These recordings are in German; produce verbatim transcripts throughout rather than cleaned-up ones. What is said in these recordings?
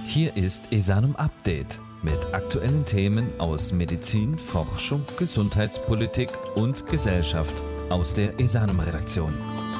Hier ist Esanum Update mit aktuellen Themen aus Medizin, Forschung, Gesundheitspolitik und Gesellschaft aus der Esanum-Redaktion.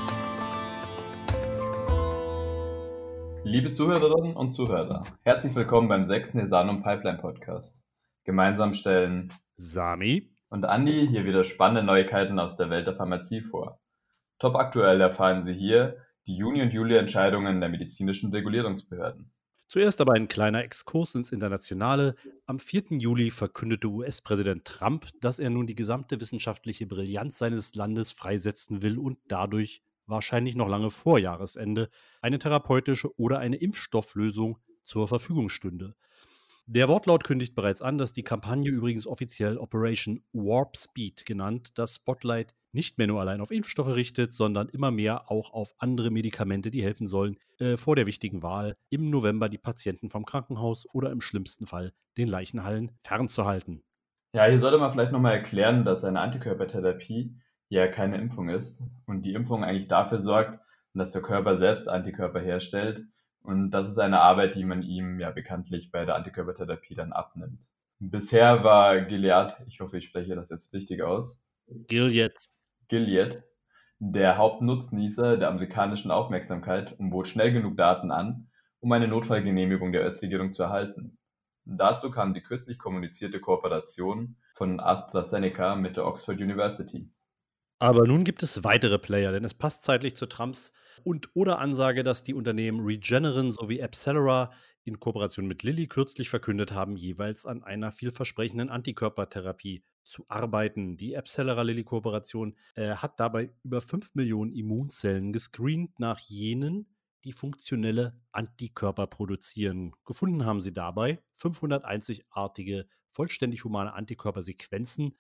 Liebe Zuhörerinnen und Zuhörer, herzlich willkommen beim sechsten Esanum Pipeline Podcast. Gemeinsam stellen Sami und Andi hier wieder spannende Neuigkeiten aus der Welt der Pharmazie vor. Top aktuell erfahren Sie hier die Juni- und Juli-Entscheidungen der medizinischen Regulierungsbehörden. Zuerst aber ein kleiner Exkurs ins Internationale. Am vierten Juli verkündete U S-Präsident Trump, dass er nun die gesamte wissenschaftliche Brillanz seines Landes freisetzen will und dadurch wahrscheinlich noch lange vor Jahresende eine therapeutische oder eine Impfstofflösung zur Verfügung stünde. Der Wortlaut kündigt bereits an, dass die Kampagne übrigens offiziell Operation Warp Speed genannt, das Spotlight nicht mehr nur allein auf Impfstoffe richtet, sondern immer mehr auch auf andere Medikamente, die helfen sollen, äh, vor der wichtigen Wahl, im November die Patienten vom Krankenhaus oder im schlimmsten Fall den Leichenhallen fernzuhalten. Ja, hier sollte man vielleicht nochmal erklären, dass eine Antikörpertherapie ja keine Impfung ist und die Impfung eigentlich dafür sorgt, dass der Körper selbst Antikörper herstellt. Und das ist eine Arbeit, die man ihm ja bekanntlich bei der Antikörpertherapie dann abnimmt. Bisher war Gilead, ich hoffe, ich spreche das jetzt richtig aus, Gilead. Gilead, der Hauptnutznießer der amerikanischen Aufmerksamkeit und bot schnell genug Daten an, um eine Notfallgenehmigung der U S-Regierung zu erhalten. Dazu kam die kürzlich kommunizierte Kooperation von AstraZeneca mit der Oxford University. Aber nun gibt es weitere Player, denn es passt zeitlich zu Trumps und oder Ansage, dass die Unternehmen Regeneron sowie AbCellera in Kooperation mit Lilly kürzlich verkündet haben, jeweils an einer vielversprechenden Antikörpertherapie zu arbeiten. Die AbCellera-Lilly-Kooperation äh, hat dabei über fünf Millionen Immunzellen gescreent nach jenen, die funktionelle Antikörper produzieren. Gefunden haben sie dabei fünfhundert einzigartige, vollständig humane Antikörpersequenzen.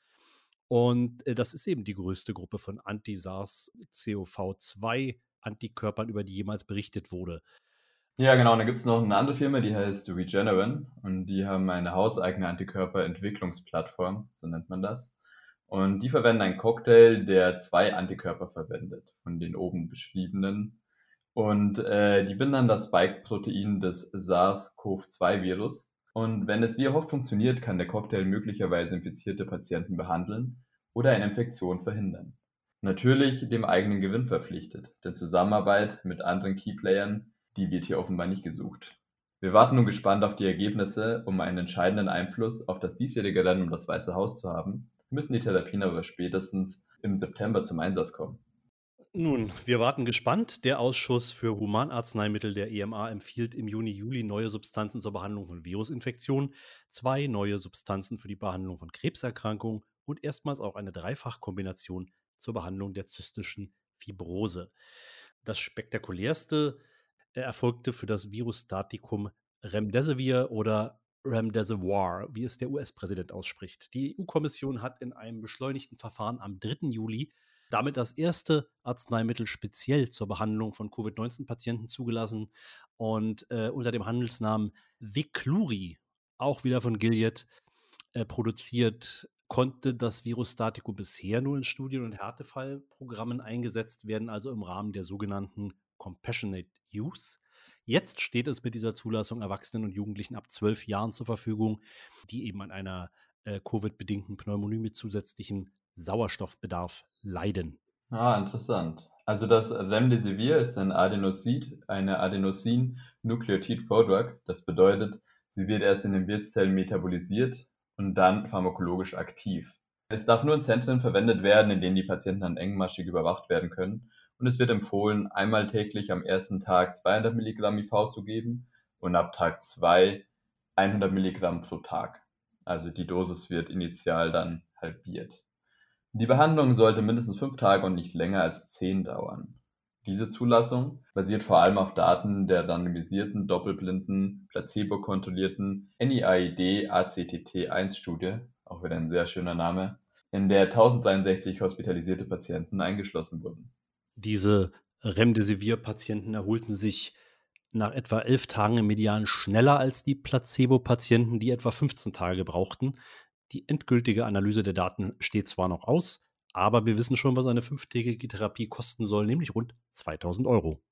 Und äh, das ist eben die größte Gruppe von Anti-SARS-C o V zwei Antikörpern, über die jemals berichtet wurde. Ja, genau. Und dann gibt es noch eine andere Firma, die heißt Regeneron. Und die haben eine hauseigene Antikörperentwicklungsplattform, so nennt man das. Und die verwenden einen Cocktail, der zwei Antikörper verwendet, von den oben beschriebenen. Und äh, die binden dann das Spike-Protein des SARS-C o V zwei Virus. Und wenn es wie erhofft funktioniert, kann der Cocktail möglicherweise infizierte Patienten behandeln oder eine Infektion verhindern. Natürlich dem eigenen Gewinn verpflichtet, denn Zusammenarbeit mit anderen Keyplayern, die wird hier offenbar nicht gesucht. Wir warten nun gespannt auf die Ergebnisse, um einen entscheidenden Einfluss auf das diesjährige Rennen um das Weiße Haus zu haben, müssen die Therapien aber spätestens im September zum Einsatz kommen. Nun, wir warten gespannt. Der Ausschuss für Humanarzneimittel der E M A empfiehlt im Juni, Juli neue Substanzen zur Behandlung von Virusinfektionen, zwei neue Substanzen für die Behandlung von Krebserkrankungen und erstmals auch eine Dreifachkombination zur Behandlung der zystischen Fibrose. Das spektakulärste äh, erfolgte für das Virusstatikum Remdesivir oder Remdesivir, wie es der U S-Präsident ausspricht. Die E U-Kommission hat in einem beschleunigten Verfahren am dritten Juli damit das erste Arzneimittel speziell zur Behandlung von Covid neunzehn Patienten zugelassen und äh, unter dem Handelsnamen Veklury, auch wieder von Gilead, äh, produziert, konnte das Virustatikum bisher nur in Studien- und Härtefallprogrammen eingesetzt werden, also im Rahmen der sogenannten Compassionate Use. Jetzt steht es mit dieser Zulassung Erwachsenen und Jugendlichen ab zwölf Jahren zur Verfügung, die eben an einer äh, Covid-bedingten Pneumonie mit zusätzlichem Sauerstoffbedarf leiden. Ah, interessant. Also das Remdesivir ist ein Adenosid, eine Adenosin-Nukleotid-Prodrug. Das bedeutet, sie wird erst in den Wirtszellen metabolisiert und dann pharmakologisch aktiv. Es darf nur in Zentren verwendet werden, in denen die Patienten dann engmaschig überwacht werden können. Und es wird empfohlen, einmal täglich am ersten Tag zweihundert Milligramm I V zu geben und ab Tag zwei hundert Milligramm pro Tag. Also die Dosis wird initial dann halbiert. Die Behandlung sollte mindestens fünf Tage und nicht länger als zehn dauern. Diese Zulassung basiert vor allem auf Daten der randomisierten, doppelblinden, placebo-kontrollierten N I A I D-A C T T eins Studie, auch wieder ein sehr schöner Name, in der tausenddreiundsechzig hospitalisierte Patienten eingeschlossen wurden. Diese Remdesivir-Patienten erholten sich nach etwa elf Tagen im Median schneller als die Placebo-Patienten, die etwa fünfzehn Tage brauchten. Die endgültige Analyse der Daten steht zwar noch aus, aber wir wissen schon, was eine fünftägige Therapie kosten soll, nämlich rund zweitausend Euro.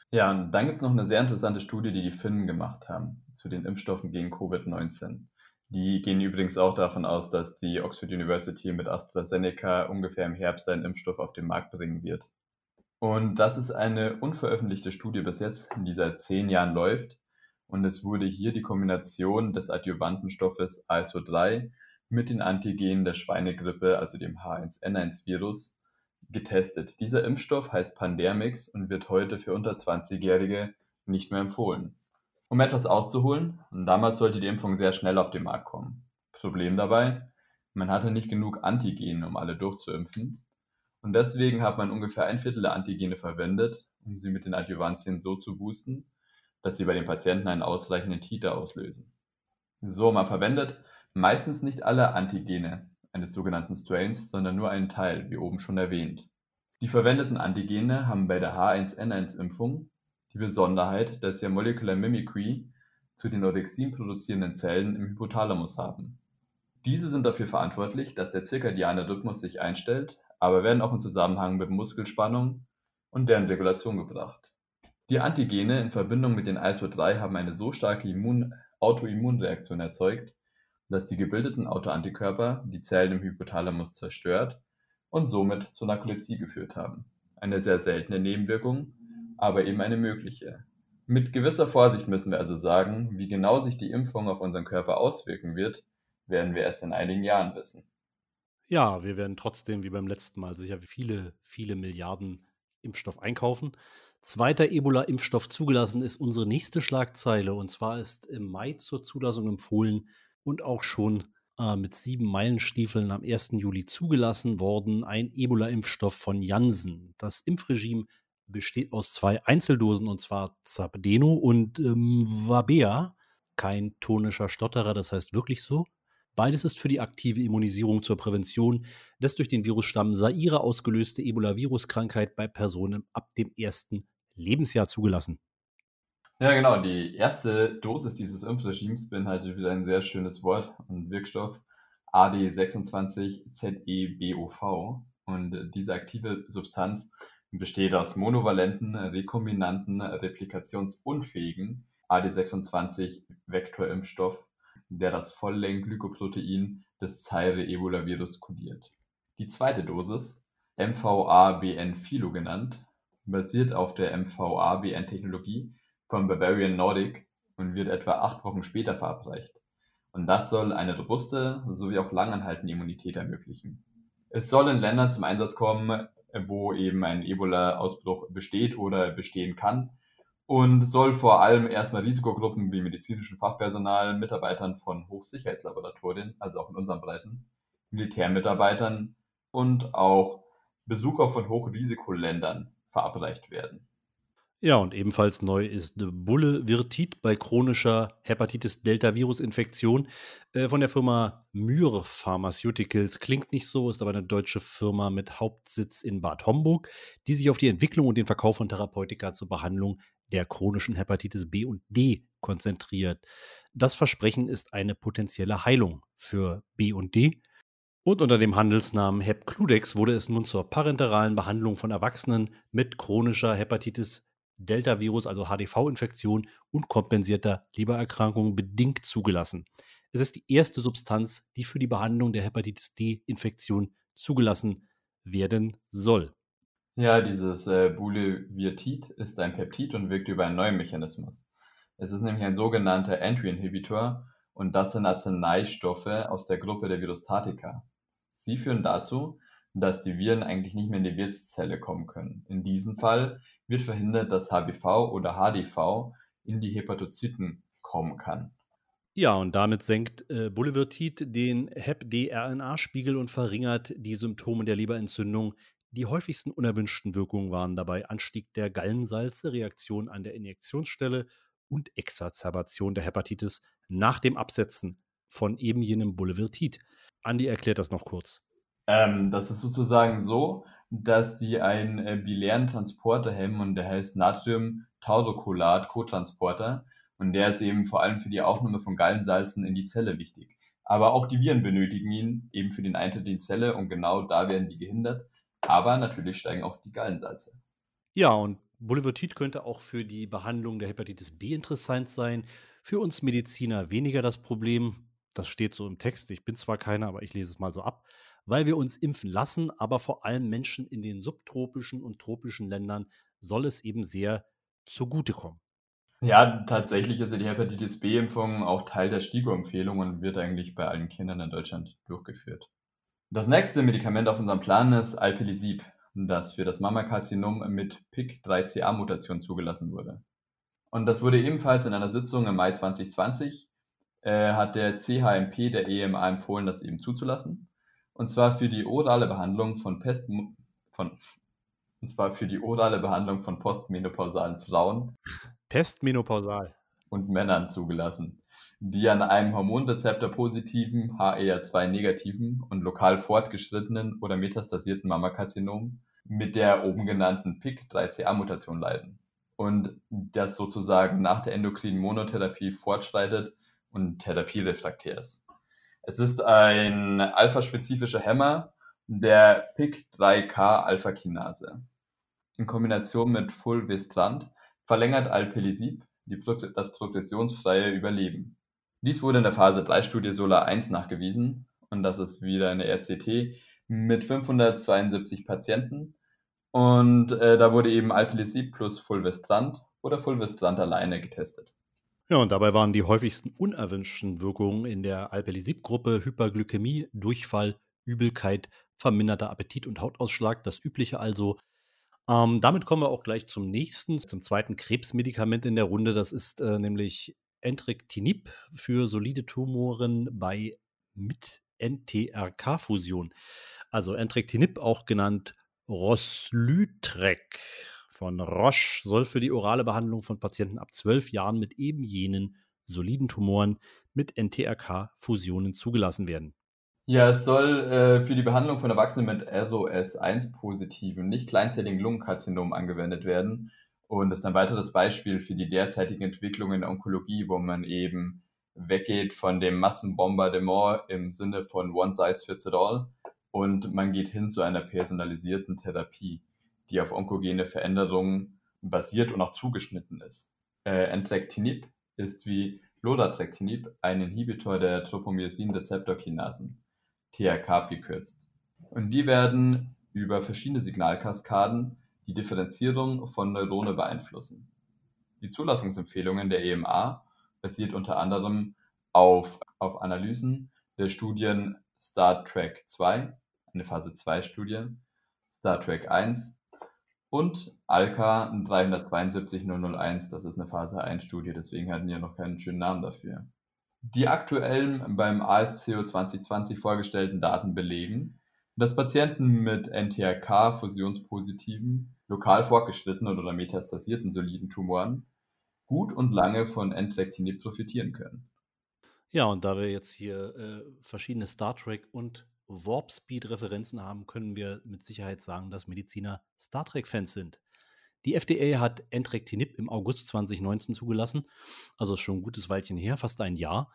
Ja, und dann gibt es noch eine sehr interessante Studie, die die Finnen gemacht haben zu den Impfstoffen gegen Covid neunzehn. Die gehen übrigens auch davon aus, dass die Oxford University mit AstraZeneca ungefähr im Herbst einen Impfstoff auf den Markt bringen wird. Und das ist eine unveröffentlichte Studie bis jetzt, die seit zehn Jahren läuft. Und es wurde hier die Kombination des Adjuvantenstoffes A S O drei mit den Antigenen der Schweinegrippe, also dem H eins N eins Virus, getestet. Dieser Impfstoff heißt Pandemrix und wird heute für unter zwanzigjährige nicht mehr empfohlen. Um etwas auszuholen, damals sollte die Impfung sehr schnell auf den Markt kommen. Problem dabei, man hatte nicht genug Antigene, um alle durchzuimpfen. Und deswegen hat man ungefähr ein Viertel der Antigene verwendet, um sie mit den Adjuvantien so zu boosten, dass sie bei den Patienten einen ausreichenden Titer auslösen. So, man verwendet meistens nicht alle Antigene eines sogenannten Strains, sondern nur einen Teil, wie oben schon erwähnt. Die verwendeten Antigene haben bei der H eins N eins Impfung die Besonderheit, dass sie Molecular Mimicry zu den Orexin produzierenden Zellen im Hypothalamus haben. Diese sind dafür verantwortlich, dass der zirkadiane Rhythmus sich einstellt, aber werden auch in Zusammenhang mit Muskelspannung und deren Regulation gebracht. Die Antigene in Verbindung mit den A S O drei haben eine so starke Immun Autoimmunreaktion erzeugt, dass die gebildeten Autoantikörper die Zellen im Hypothalamus zerstört und somit zur Narkolepsie geführt haben. Eine sehr seltene Nebenwirkung, aber eben eine mögliche. Mit gewisser Vorsicht müssen wir also sagen, wie genau sich die Impfung auf unseren Körper auswirken wird, werden wir erst in einigen Jahren wissen. Ja, wir werden trotzdem wie beim letzten Mal sicher viele, viele Milliarden Impfstoff einkaufen. Zweiter Ebola-Impfstoff zugelassen ist unsere nächste Schlagzeile. Und zwar ist im Mai zur Zulassung empfohlen und auch schon äh, mit sieben Meilenstiefeln am ersten Juli zugelassen worden ein Ebola-Impfstoff von Janssen. Das Impfregime besteht aus zwei Einzeldosen, und zwar Zapdeno und ähm, Vabea. Kein tonischer Stotterer, das heißt wirklich so. Beides ist für die aktive Immunisierung zur Prävention des durch den Virusstamm Zaire ausgelöste Ebola-Virus-Krankheit bei Personen ab dem ersten Lebensjahr zugelassen. Ja, genau. Die erste Dosis dieses Impfregimes beinhaltet wieder ein sehr schönes Wort und Wirkstoff A D sechsundzwanzig Z E B O V. Und diese aktive Substanz besteht aus monovalenten, rekombinanten, replikationsunfähigen A D sechsundzwanzig Vektorimpfstoff, der das Volllängen-Glykoprotein des Zaire-Ebola-Virus kodiert. Die zweite Dosis, M V A B N Philo genannt, basiert auf der M V A B N-Technologie von Bavarian Nordic und wird etwa acht Wochen später verabreicht. Und das soll eine robuste sowie auch langanhaltende Immunität ermöglichen. Es soll in Ländern zum Einsatz kommen, wo eben ein Ebola-Ausbruch besteht oder bestehen kann und soll vor allem erstmal Risikogruppen wie medizinischem Fachpersonal, Mitarbeitern von Hochsicherheitslaboratorien, also auch in unseren Breiten, Militärmitarbeitern und auch Besucher von Hochrisikoländern verabreicht werden. Ja, und ebenfalls neu ist Bulevirtid bei chronischer Hepatitis-Delta-Virus-Infektion äh, von der Firma Myr Pharmaceuticals. Klingt nicht so, ist aber eine deutsche Firma mit Hauptsitz in Bad Homburg, die sich auf die Entwicklung und den Verkauf von Therapeutika zur Behandlung der chronischen Hepatitis B und D konzentriert. Das Versprechen ist eine potenzielle Heilung für B und D. Und unter dem Handelsnamen Hepcludex wurde es nun zur parenteralen Behandlung von Erwachsenen mit chronischer Hepatitis Delta-Virus, also H D V-Infektion und kompensierter Lebererkrankung bedingt zugelassen. Es ist die erste Substanz, die für die Behandlung der Hepatitis D-Infektion zugelassen werden soll. Ja, dieses äh, Bulevirtid ist ein Peptid und wirkt über einen neuen Mechanismus. Es ist nämlich ein sogenannter Entry-Inhibitor und das sind Arzneistoffe aus der Gruppe der Virostatika. Sie führen dazu, dass die Viren eigentlich nicht mehr in die Wirtszelle kommen können. In diesem Fall wird verhindert, dass H B V oder H D V in die Hepatozyten kommen kann. Ja, und damit senkt äh, Bulevirtid den Hep-D-R N A-Spiegel und verringert die Symptome der Leberentzündung. Die häufigsten unerwünschten Wirkungen waren dabei Anstieg der Gallensalze, Reaktion an der Injektionsstelle und Exacerbation der Hepatitis nach dem Absetzen von eben jenem Bulevirtid. Andi erklärt das noch kurz. Ähm, das ist sozusagen so, dass die einen äh, bilären Transporter hemmen und der heißt Natrium-Taurocholat-Cotransporter und der ist eben vor allem für die Aufnahme von Gallensalzen in die Zelle wichtig. Aber auch die Viren benötigen ihn eben für den Eintritt in die Zelle und genau da werden die gehindert. Aber natürlich steigen auch die Gallensalze. Ja, und Bulevirtid könnte auch für die Behandlung der Hepatitis B interessant sein. Für uns Mediziner weniger das Problem. Das steht so im Text. Ich bin zwar keiner, aber ich lese es mal so ab. Weil wir uns impfen lassen, aber vor allem Menschen in den subtropischen und tropischen Ländern soll es eben sehr zugutekommen. Ja, tatsächlich ist ja die Hepatitis B-Impfung auch Teil der STIKO-Empfehlung und wird eigentlich bei allen Kindern in Deutschland durchgeführt. Das nächste Medikament auf unserem Plan ist Alpelisib, das für das Mammakarzinom mit P I K drei C A-Mutation zugelassen wurde. Und das wurde ebenfalls in einer Sitzung im Mai zwanzig zwanzig, äh, hat der C H M P der E M A empfohlen, das eben zuzulassen. Und zwar für die orale Behandlung von Pest, von, und zwar für die orale Behandlung von postmenopausalen Frauen Pestmenopausal. und Männern zugelassen, die an einem Hormonrezeptor-positiven, H E R zwei negativen und lokal fortgeschrittenen oder metastasierten Mammakarzinom mit der oben genannten P I K drei C A-Mutation leiden und das sozusagen nach der endokrinen Monotherapie fortschreitet und therapierefraktär ist. Es ist ein alpha-spezifischer Hämmer der P I K drei K-Alpha-Kinase. In Kombination mit Fulvestrant verlängert Alpelisib die, das progressionsfreie Überleben. Dies wurde in der Phase drei Studie SOLAR eins nachgewiesen und das ist wieder eine R C T mit fünfhundertzweiundsiebzig Patienten und äh, da wurde eben Alpelisib plus Fulvestrant oder Fulvestrant alleine getestet. Ja, und dabei waren die häufigsten unerwünschten Wirkungen in der Alpelisib-Gruppe Hyperglykämie, Durchfall, Übelkeit, verminderter Appetit und Hautausschlag, das Übliche also. Ähm, damit kommen wir auch gleich zum nächsten, zum zweiten Krebsmedikament in der Runde. Das ist äh, nämlich Entrectinib für solide Tumoren bei mit N T R K-Fusion. Also Entrectinib, auch genannt Roslytrek von Roche, soll für die orale Behandlung von Patienten ab zwölf Jahren mit eben jenen soliden Tumoren mit N T R K-Fusionen zugelassen werden. Ja, es soll äh, für die Behandlung von Erwachsenen mit R O S eins positiven, nicht kleinzelligen Lungenkarzinom angewendet werden. Und das ist ein weiteres Beispiel für die derzeitigen Entwicklungen in der Onkologie, wo man eben weggeht von dem Massenbombardement im Sinne von One Size Fits It All und man geht hin zu einer personalisierten Therapie, die auf onkogene Veränderungen basiert und auch zugeschnitten ist. Äh, Entrectinib ist wie Lodratrectinib ein Inhibitor der Tropomyosin-Rezeptorkinasen, T R K abgekürzt. Und die werden über verschiedene Signalkaskaden die Differenzierung von Neurone beeinflussen. Die Zulassungsempfehlungen der E M A basiert unter anderem auf, auf Analysen der Studien Star Trek zwei, eine Phase zwei Studie, Star Trek eins und ALCA drei zwei zwei null null eins, das ist eine Phase eins Studie, deswegen hatten die noch keinen schönen Namen dafür. Die aktuellen beim A S C O zwanzig zwanzig vorgestellten Daten belegen, dass Patienten mit N T R K-fusionspositiven, lokal fortgeschrittenen oder metastasierten soliden Tumoren gut und lange von Entrectinib profitieren können. Ja, und da wir jetzt hier äh, verschiedene Star Trek und Warp Speed-Referenzen haben, können wir mit Sicherheit sagen, dass Mediziner Star Trek-Fans sind. Die F D A hat Entrectinib im August zwanzig neunzehn zugelassen, also schon ein gutes Weilchen her, fast ein Jahr,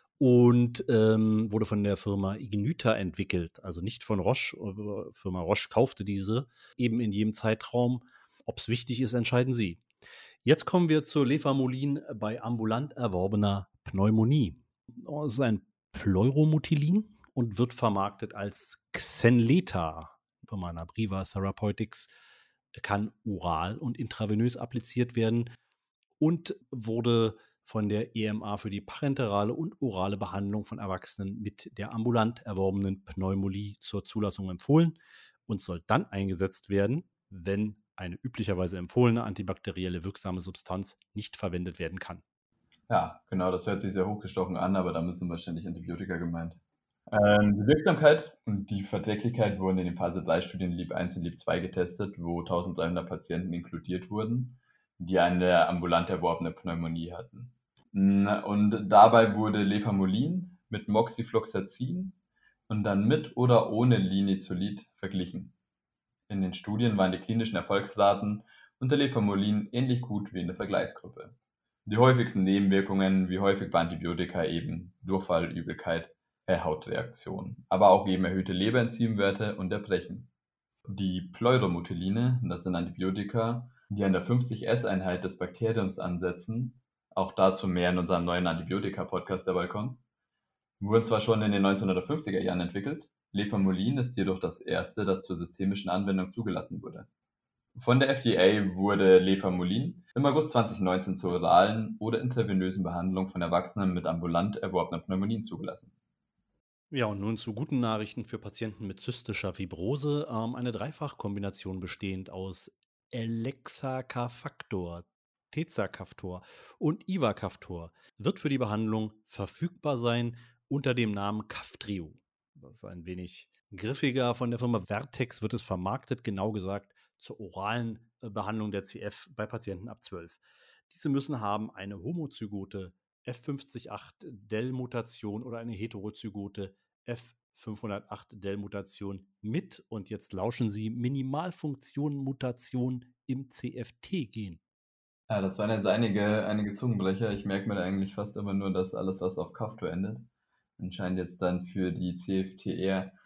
und ähm, wurde von der Firma Ignyta entwickelt, also nicht von Roche. Die Firma Roche kaufte diese eben in jedem Zeitraum. Ob es wichtig ist, entscheiden Sie. Jetzt kommen wir zu Lefamulin bei ambulant erworbener Pneumonie. Es ist ein Pleuromutilin und wird vermarktet als Xenleta. Firma Nabriva Therapeutics, kann oral und intravenös appliziert werden und wurde von der E M A für die parenterale und orale Behandlung von Erwachsenen mit der ambulant erworbenen Pneumonie zur Zulassung empfohlen und soll dann eingesetzt werden, wenn eine üblicherweise empfohlene antibakterielle wirksame Substanz nicht verwendet werden kann. Ja, genau, das hört sich sehr hochgestochen an, aber damit sind wahrscheinlich Antibiotika gemeint. Ähm, die Wirksamkeit und die Verträglichkeit wurden in den Phase drei Studien LEAP eins und LEAP zwei getestet, wo dreizehnhundert Patienten inkludiert wurden, die eine ambulant erworbene Pneumonie hatten. Und dabei wurde Lefamulin mit Moxifloxacin und dann mit oder ohne Linezolid verglichen. In den Studien waren die klinischen Erfolgsraten unter Lefamulin ähnlich gut wie in der Vergleichsgruppe. Die häufigsten Nebenwirkungen, wie häufig bei Antibiotika eben Durchfall, Übelkeit, äh, Hautreaktion, aber auch eben erhöhte Leberenzymwerte und Erbrechen. Die Pleuromuteline, das sind Antibiotika, die an der fünfzig S-Einheit des Bakteriums ansetzen, auch dazu mehr in unserem neuen Antibiotika-Podcast, der bald kommt, wurden zwar schon in den neunzehnhundertfünfziger Jahren entwickelt, Lefamulin ist jedoch das erste, das zur systemischen Anwendung zugelassen wurde. Von der F D A wurde Lefamulin im August zweitausendneunzehn zur oralen oder intravenösen Behandlung von Erwachsenen mit ambulant erworbener Pneumonie zugelassen. Ja, und nun zu guten Nachrichten für Patienten mit zystischer Fibrose. Ähm, eine Dreifachkombination bestehend aus Elexacaftor, Tezacaftor und Ivacaftor wird für die Behandlung verfügbar sein unter dem Namen Kaftrio. Das ist ein wenig griffiger. Von der Firma Vertex wird es vermarktet, genau gesagt zur oralen äh, Behandlung der C F bei Patienten ab zwölf. Diese müssen haben eine homozygote F fünfzig acht-Del-Mutation oder eine heterozygote F fünfhundertacht-Del-Mutation mit, und jetzt lauschen Sie, Minimalfunktion-Mutation im C F T-Gen. Ja, das waren jetzt einige, einige Zungenbrecher. Ich merke mir da eigentlich fast immer nur, dass alles, was auf Kaftor endet, anscheinend jetzt dann für die C F T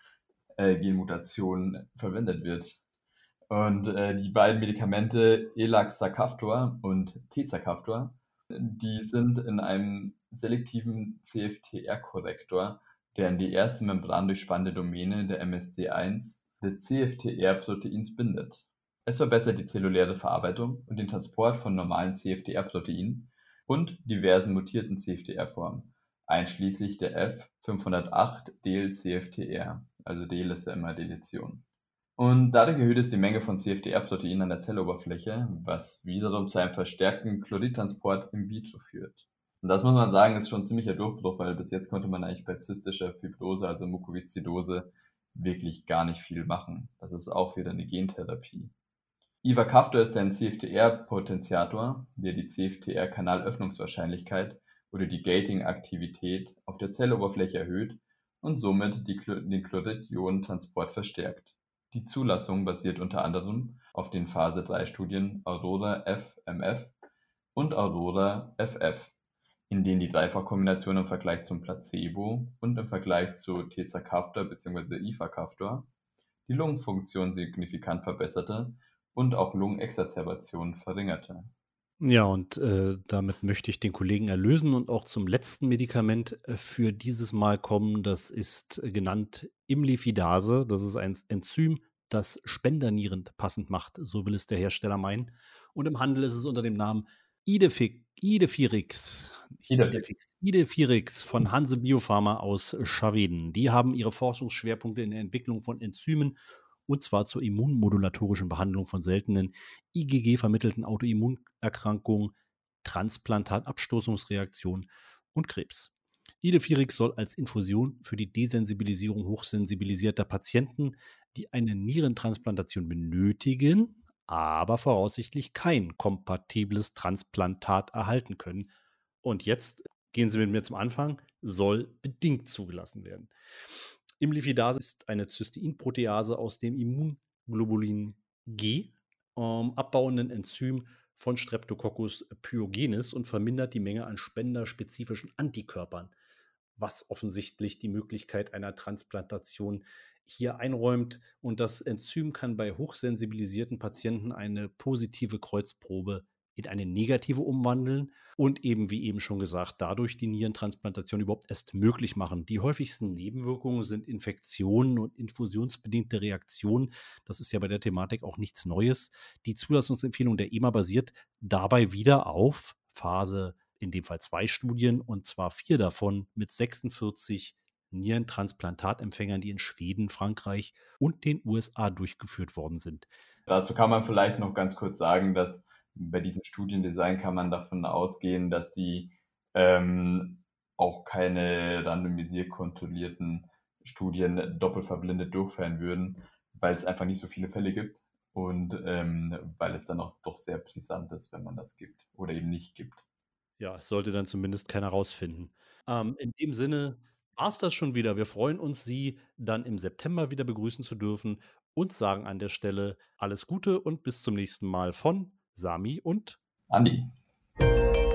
R-Genmutation verwendet wird. Und äh, die beiden Medikamente Elaxacaftor und Tezacaftor, die sind in einem selektiven C F T R-Korrektor, der an die erste membrandurchspannende Domäne der M S D eins des C F T R-Proteins bindet. Es verbessert die zelluläre Verarbeitung und den Transport von normalen C F T R-Proteinen und diversen mutierten C F T R-Formen, einschließlich der F fünfhundertacht-Del-C F T R, also Del ist ja immer Deletion. Und dadurch erhöht es die Menge von C F T R-Proteinen an der Zelloberfläche, was wiederum zu einem verstärkten Chloridtransport in vitro führt. Und das muss man sagen, ist schon ein ziemlicher Durchbruch, weil bis jetzt konnte man eigentlich bei zystischer Fibrose, also Mukoviszidose, wirklich gar nicht viel machen. Das ist auch wieder eine Gentherapie. Ivacaftor ist ein C F T R-Potentiator, der die C F T R-Kanalöffnungswahrscheinlichkeit oder die Gating-Aktivität auf der Zelloberfläche erhöht und somit die, den Chlorid-Ionen-Transport verstärkt. Die Zulassung basiert unter anderem auf den Phase drei Studien Aurora F M F und Aurora F F, in denen die Dreifachkombination im Vergleich zum Placebo und im Vergleich zu Tezacaftor bzw. Ivacaftor die Lungenfunktion signifikant verbesserte und auch Lungenexazerbationen verringerte. Ja, und äh, damit möchte ich den Kollegen erlösen und auch zum letzten Medikament äh, für dieses Mal kommen. Das ist äh, genannt Imlifidase. Das ist ein Enzym, das Spendernieren passend macht, so will es der Hersteller meinen. Und im Handel ist es unter dem Namen Idefix, Idefirix, nicht Idefix. Idefix, Idefirix von Hanse Biopharma aus Schweden. Die haben ihre Forschungsschwerpunkte in der Entwicklung von Enzymen, und zwar zur immunmodulatorischen Behandlung von seltenen I G G-vermittelten Autoimmunerkrankungen, Transplantatabstoßungsreaktionen und Krebs. Idefirix soll als Infusion für die Desensibilisierung hochsensibilisierter Patienten, die eine Nierentransplantation benötigen, aber voraussichtlich kein kompatibles Transplantat erhalten können. Und jetzt gehen Sie mit mir zum Anfang, soll bedingt zugelassen werden. Imlifidase ist eine Cysteinprotease aus dem Immunglobulin G, ähm, abbauenden Enzym von Streptococcus pyogenes, und vermindert die Menge an spenderspezifischen Antikörpern, was offensichtlich die Möglichkeit einer Transplantation hier einräumt. Und das Enzym kann bei hochsensibilisierten Patienten eine positive Kreuzprobe in eine negative umwandeln und eben, wie eben schon gesagt, dadurch die Nierentransplantation überhaupt erst möglich machen. Die häufigsten Nebenwirkungen sind Infektionen und infusionsbedingte Reaktionen. Das ist ja bei der Thematik auch nichts Neues. Die Zulassungsempfehlung der E M A basiert dabei wieder auf Phase, in dem Fall zwei Studien, und zwar vier davon mit sechsundvierzig Nierentransplantatempfängern, die in Schweden, Frankreich und den U S A durchgeführt worden sind. Dazu kann man vielleicht noch ganz kurz sagen, dass bei diesem Studiendesign kann man davon ausgehen, dass die ähm, auch keine randomisiert kontrollierten Studien doppelverblindet durchführen würden, weil es einfach nicht so viele Fälle gibt und ähm, weil es dann auch doch sehr brisant ist, wenn man das gibt oder eben nicht gibt. Ja, es sollte dann zumindest keiner rausfinden. Ähm, in dem Sinne war es das schon wieder. Wir freuen uns, Sie dann im September wieder begrüßen zu dürfen und sagen an der Stelle alles Gute und bis zum nächsten Mal von Sami und Andi.